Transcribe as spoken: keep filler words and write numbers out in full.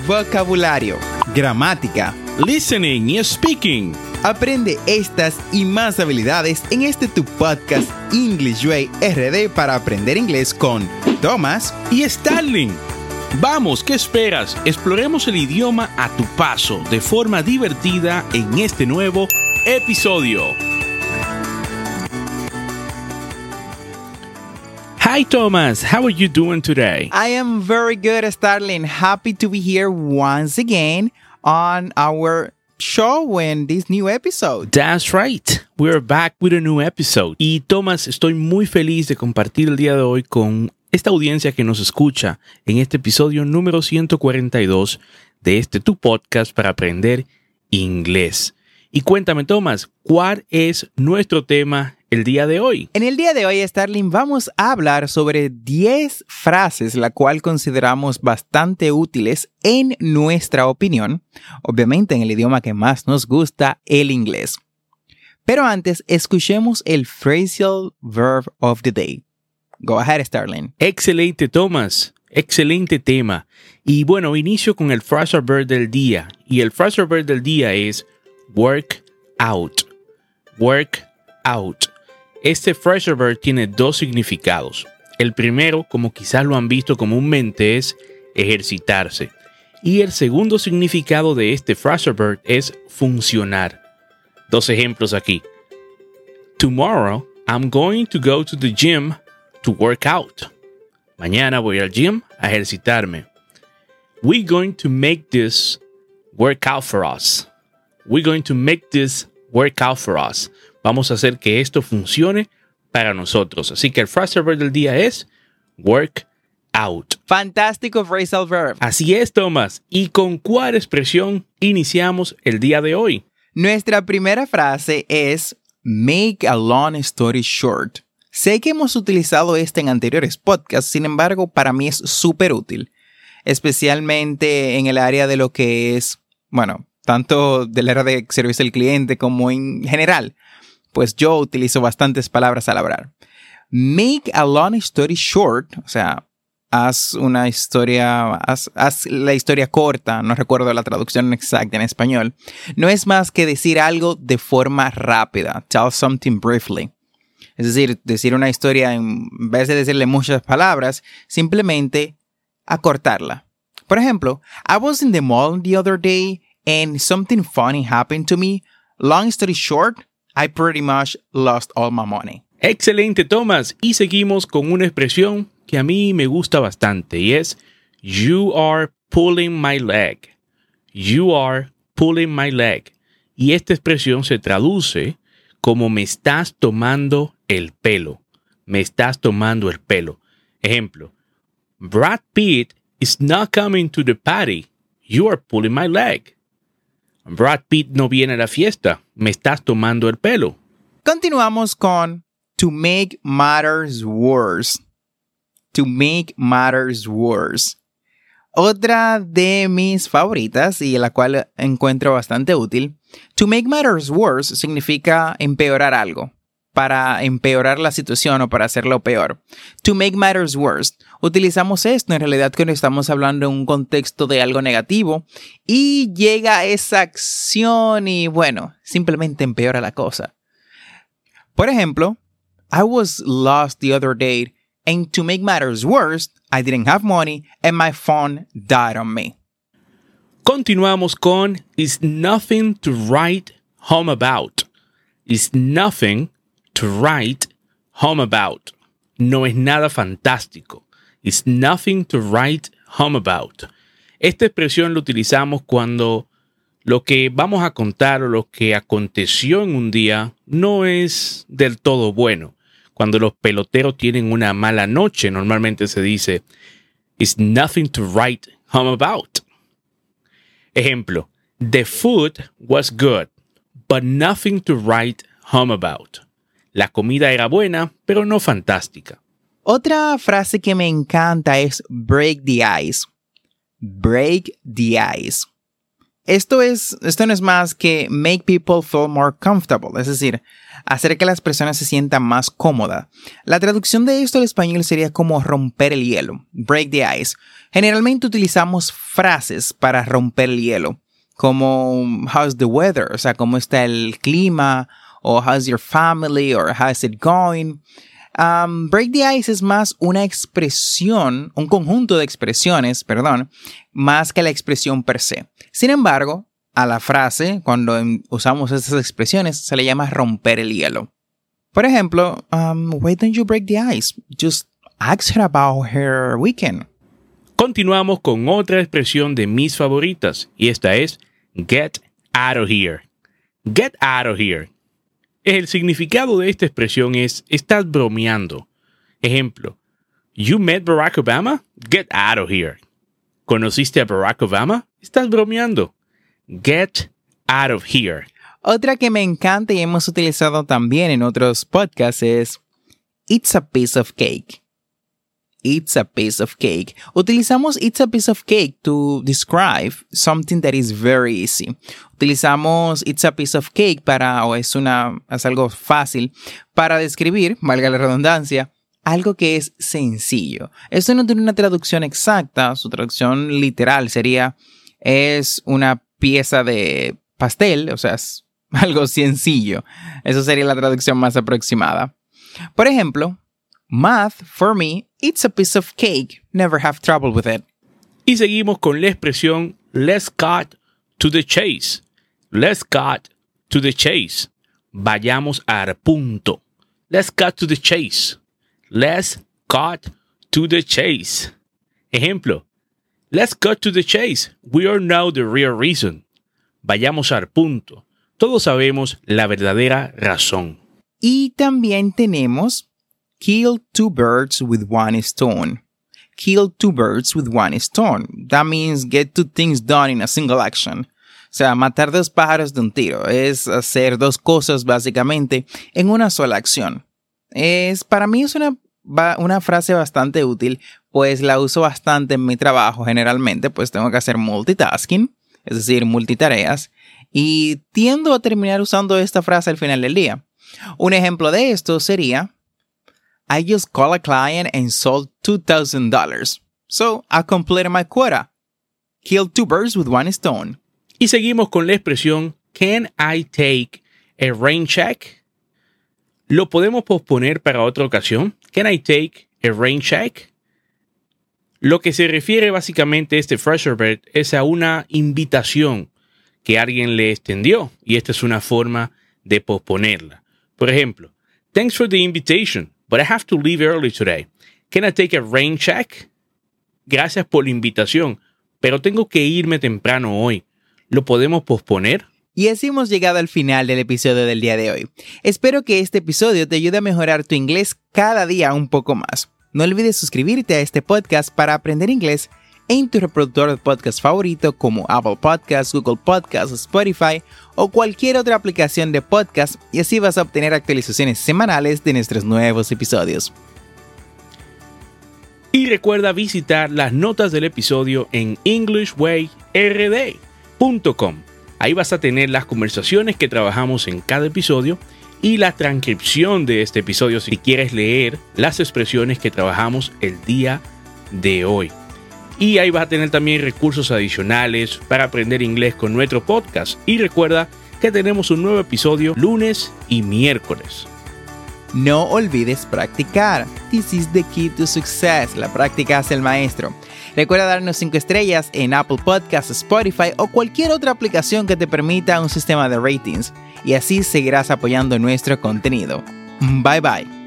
vocabulario, gramática, listening y speaking. Aprende estas y más habilidades en este tu podcast English Way R D para aprender inglés con Thomas y Starling. Vamos, ¿qué esperas? Exploremos el idioma a tu paso de forma divertida en este nuevo episodio. Hi Thomas, how are you doing today? I am very good, Starling. Happy to be here once again on our show in this new episode. That's right. We're back with a new episode. Y Thomas, estoy muy feliz de compartir el día de hoy con esta audiencia que nos escucha en este episodio número ciento cuarenta y dos de este tu podcast para aprender inglés. Y cuéntame, Thomas, ¿cuál es nuestro tema el día de hoy? En el día de hoy, Starling, vamos a hablar sobre diez frases la cual consideramos bastante útiles en nuestra opinión, obviamente en el idioma que más nos gusta, el inglés. Pero antes, escuchemos el phrasal verb of the day. Go ahead, Starling. Excelente, Thomas. Excelente tema. Y bueno, inicio con el phrasal verb del día. Y el phrasal verb del día es work out. Work out. Este phrasal verb tiene dos significados. El primero, como quizás lo han visto comúnmente, es ejercitarse. Y el segundo significado de este phrasal verb es funcionar. Dos ejemplos aquí. Tomorrow, I'm going to go to the gym to work out. Mañana voy al gym a ejercitarme. We're going to make this work out for us. We're going to make this work out for us. Vamos a hacer que esto funcione para nosotros. Así que el phrasal verb del día es work out. Fantástico phrasal verb. Así es, Thomas. ¿Y con cuál expresión iniciamos el día de hoy? Nuestra primera frase es make a long story short. Sé que hemos utilizado esta en anteriores podcasts, sin embargo, para mí es súper útil. Especialmente en el área de lo que es, bueno, tanto del área de servicio al cliente como en general. Pues yo utilizo bastantes palabras al hablar. Make a long story short, o sea, haz una historia, haz, haz la historia corta, no recuerdo la traducción exacta en español. No es más que decir algo de forma rápida. Tell something briefly. Es decir, decir una historia en vez de decirle muchas palabras, simplemente acortarla. Por ejemplo, I was in the mall the other day and something funny happened to me. Long story short, I pretty much lost all my money. Excelente, Thomas. Y seguimos con una expresión que a mí me gusta bastante y es you are pulling my leg. You are pulling my leg. Y esta expresión se traduce como me estás tomando el pelo. Me estás tomando el pelo. Ejemplo, Brad Pitt is not coming to the party. You are pulling my leg. Brad Pitt no viene a la fiesta. Me estás tomando el pelo. Continuamos con to make matters worse. To make matters worse. Otra de mis favoritas y la cual encuentro bastante útil. To make matters worse significa empeorar algo. Para empeorar la situación o para hacerlo peor. To make matters worse. Utilizamos esto en realidad cuando estamos hablando en un contexto de algo negativo y llega esa acción y bueno, simplemente empeora la cosa. Por ejemplo, I was lost the other day and to make matters worse, I didn't have money and my phone died on me. Continuamos con is nothing to write home about. Is nothing to write home about. No es nada fantástico. It's nothing to write home about. Esta expresión la utilizamos cuando lo que vamos a contar o lo que aconteció en un día no es del todo bueno. Cuando los peloteros tienen una mala noche, normalmente se dice it's nothing to write home about. Ejemplo, the food was good, but nothing to write home about. La comida era buena, pero no fantástica. Otra frase que me encanta es break the ice. Break the ice. Esto, es, esto no es más que make people feel more comfortable, es decir, hacer que las personas se sientan más cómodas. La traducción de esto al español sería como romper el hielo, break the ice. Generalmente utilizamos frases para romper el hielo, como how's the weather, o sea, cómo está el clima, o how's your family, or how's it going. Um, break the ice es más una expresión, un conjunto de expresiones, perdón, más que la expresión per se. Sin embargo, a la frase, cuando usamos estas expresiones, se le llama romper el hielo. Por ejemplo, um, why don't you break the ice? Just ask her about her weekend. Continuamos con otra expresión de mis favoritas, y esta es get out of here. Get out of here. El significado de esta expresión es estás bromeando. Ejemplo, you met Barack Obama? Get out of here. ¿Conociste a Barack Obama? Estás bromeando. Get out of here. Otra que me encanta y hemos utilizado también en otros podcasts es it's a piece of cake. It's a piece of cake. Utilizamos it's a piece of cake to describe something that is very easy. Utilizamos it's a piece of cake para, o es una, es algo fácil para describir, valga la redundancia, algo que es sencillo. Esto no tiene una traducción exacta. Su traducción literal sería es una pieza de pastel, o sea, es algo sencillo. Eso sería la traducción más aproximada. Por ejemplo, math, for me, it's a piece of cake. Never have trouble with it. Y seguimos con la expresión let's cut to the chase. Let's cut to the chase. Vayamos al punto. Let's cut to the chase. Let's cut to the chase. Ejemplo. Let's cut to the chase. We all know the real reason. Vayamos al punto. Todos sabemos la verdadera razón. Y también tenemos kill two birds with one stone. Kill two birds with one stone. That means get two things done in a single action. O sea, matar dos pájaros de un tiro. Es hacer dos cosas básicamente en una sola acción. Es, para mí es una, una frase bastante útil, pues la uso bastante en mi trabajo generalmente, pues tengo que hacer multitasking, es decir, multitareas, y tiendo a terminar usando esta frase al final del día. Un ejemplo de esto sería I just called a client and sold two thousand dollars. So, I completed my quota. Killed two birds with one stone. Y seguimos con la expresión can I take a rain check? ¿Lo podemos posponer para otra ocasión? Can I take a rain check? Lo que se refiere básicamente este Fresher Bird es a una invitación que alguien le extendió y esta es una forma de posponerla. Por ejemplo, thanks for the invitation, but I have to leave early today. Can I take a rain check? Gracias por la invitación, pero tengo que irme temprano hoy. ¿Lo podemos posponer? Y así hemos llegado al final del episodio del día de hoy. Espero que este episodio te ayude a mejorar tu inglés cada día un poco más. No olvides suscribirte a este podcast para aprender inglés en tu reproductor de podcast favorito como Apple Podcasts, Google Podcasts, Spotify o cualquier otra aplicación de podcast y así vas a obtener actualizaciones semanales de nuestros nuevos episodios. Y recuerda visitar las notas del episodio en english way r d punto com. Ahí vas a tener las conversaciones que trabajamos en cada episodio y la transcripción de este episodio si quieres leer las expresiones que trabajamos el día de hoy. Y ahí vas a tener también recursos adicionales para aprender inglés con nuestro podcast. Y recuerda que tenemos un nuevo episodio lunes y miércoles. No olvides practicar. This is the key to success. La práctica hace el maestro. Recuerda darnos cinco estrellas en Apple Podcasts, Spotify o cualquier otra aplicación que te permita un sistema de ratings. Y así seguirás apoyando nuestro contenido. Bye bye.